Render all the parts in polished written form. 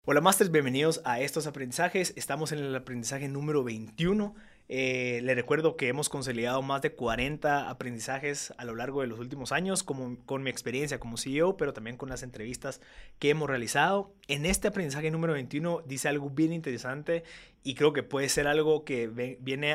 Hola Masters, bienvenidos a estos aprendizajes. Estamos en el aprendizaje número 21. Le recuerdo que hemos consolidado más de 40 aprendizajes a lo largo de los últimos años, como con mi experiencia como CEO, pero también con las entrevistas que hemos realizado. En este aprendizaje número 21 dice algo bien interesante y creo que puede ser algo que viene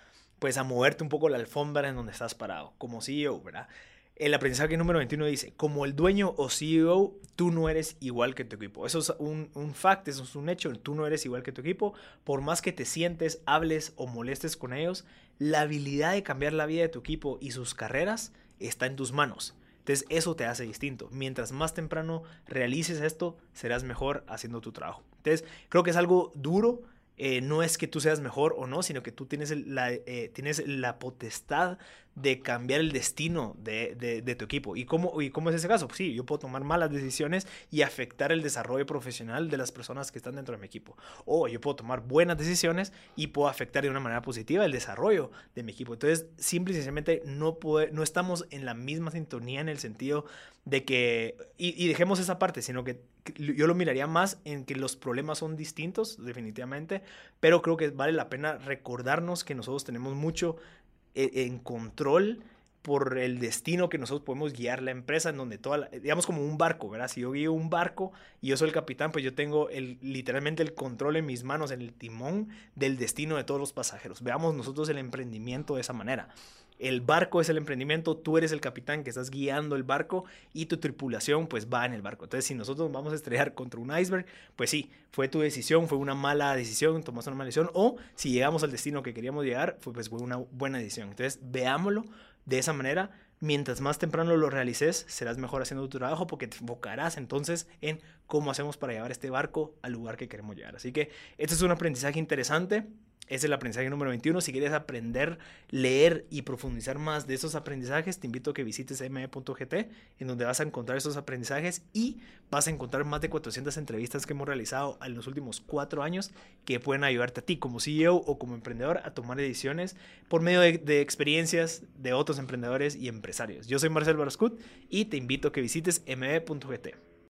a moverte un poco la alfombra en donde estás parado como CEO, ¿verdad? El aprendizaje número 21 dice, como el dueño o CEO, tú no eres igual que tu equipo. Eso es un fact, eso es un hecho, tú no eres igual que tu equipo. Por más que te sientes, hables o molestes con ellos, la habilidad de cambiar la vida de tu equipo y sus carreras está en tus manos. Entonces eso te hace distinto. Mientras más temprano realices esto, serás mejor haciendo tu trabajo. Entonces creo que es algo duro. No es que tú seas mejor o no, sino que tú tienes la potestad de cambiar el destino de tu equipo. ¿Y cómo es ese caso? Pues sí, yo puedo tomar malas decisiones y afectar el desarrollo profesional de las personas que están dentro de mi equipo. O yo puedo tomar buenas decisiones y puedo afectar de una manera positiva el desarrollo de mi equipo. Entonces, simple y sencillamente no estamos en la misma sintonía en el sentido de que, y dejemos esa parte, sino que yo lo miraría más en que los problemas son distintos, definitivamente, pero creo que vale la pena recordarnos que nosotros tenemos mucho en control por el destino que nosotros podemos guiar la empresa, en donde digamos como un barco, ¿verdad? Si yo guío un barco y yo soy el capitán, pues yo tengo literalmente el control en mis manos, en el timón del destino de todos los pasajeros. Veamos nosotros el emprendimiento de esa manera. El barco es el emprendimiento, tú eres el capitán que estás guiando el barco y tu tripulación pues va en el barco. Entonces si nosotros vamos a estrellar contra un iceberg, pues sí, fue tu decisión, fue una mala decisión, tomaste una mala decisión, o si llegamos al destino que queríamos llegar, pues fue una buena decisión. Entonces veámoslo de esa manera. Mientras más temprano lo realices, serás mejor haciendo tu trabajo porque te enfocarás entonces en cómo hacemos para llevar este barco al lugar que queremos llegar. Así que este es un aprendizaje interesante. Es el aprendizaje número 21. Si quieres aprender, leer y profundizar más de esos aprendizajes, te invito a que visites me.gt, en donde vas a encontrar esos aprendizajes y vas a encontrar más de 400 entrevistas que hemos realizado en los últimos 4 años que pueden ayudarte a ti como CEO o como emprendedor a tomar decisiones por medio de experiencias de otros emprendedores y empresarios. Yo soy Marcel Barascut y te invito a que visites me.gt.